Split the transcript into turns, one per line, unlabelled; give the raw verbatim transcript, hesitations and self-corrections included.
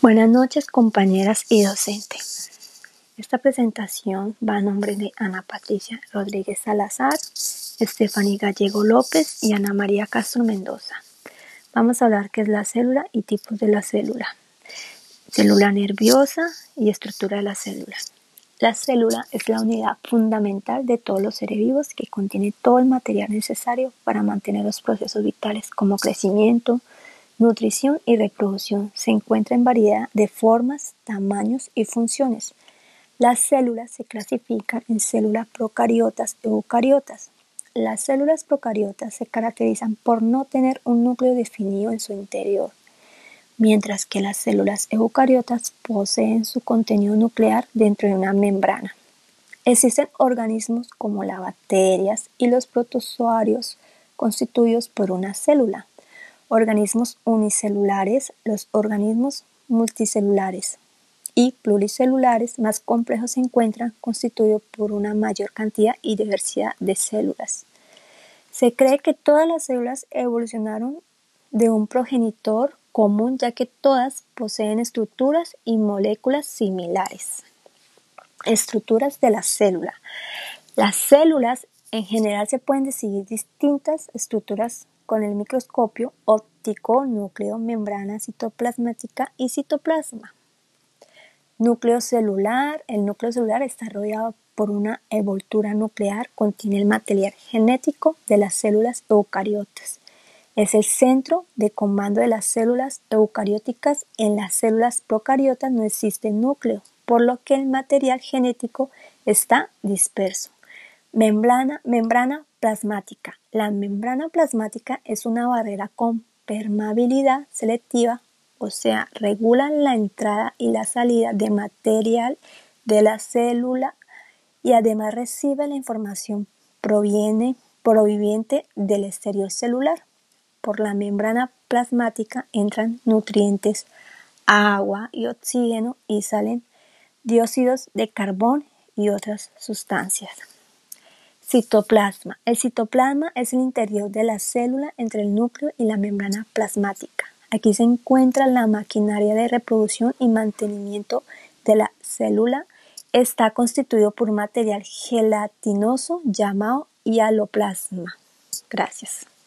Buenas noches, compañeras y docentes. Esta presentación va a nombre de Ana Patricia Rodríguez Salazar, Estefanía Gallego López y Ana María Castro Mendoza. Vamos a hablar qué es la célula y tipos de la célula, célula nerviosa y estructura de la célula. La célula es la unidad fundamental de todos los seres vivos que contiene todo el material necesario para mantener los procesos vitales como crecimiento, nutrición y reproducción. Se encuentra en variedad de formas, tamaños y funciones. Las células se clasifican en células procariotas y eucariotas. Las células procariotas se caracterizan por no tener un núcleo definido en su interior, mientras que las células eucariotas poseen su contenido nuclear dentro de una membrana. Existen organismos como las bacterias y los protozoarios constituidos por una célula. Organismos unicelulares, los organismos multicelulares y pluricelulares más complejos se encuentran constituidos por una mayor cantidad y diversidad de células. Se cree que todas las células evolucionaron de un progenitor común, ya que todas poseen estructuras y moléculas similares. Estructuras de la célula. Las células en general se pueden distinguir distintas estructuras con el microscopio óptico: núcleo, membrana citoplasmática y citoplasma. Núcleo celular. El núcleo celular está rodeado por una envoltura nuclear, contiene el material genético de las células eucariotas. Es el centro de comando de las células eucarióticas. En las células procariotas no existe núcleo, por lo que el material genético está disperso. Membrana, membrana plasmática. La membrana plasmática es una barrera con permeabilidad selectiva, o sea, regula la entrada y la salida de material de la célula y además recibe la información proviene, proveniente del exterior celular. Por la membrana plasmática entran nutrientes, agua y oxígeno, y salen dióxidos de carbono y otras sustancias. Citoplasma. El citoplasma es el interior de la célula entre el núcleo y la membrana plasmática. Aquí se encuentra la maquinaria de reproducción y mantenimiento de la célula. Está constituido por un material gelatinoso llamado hialoplasma. Gracias.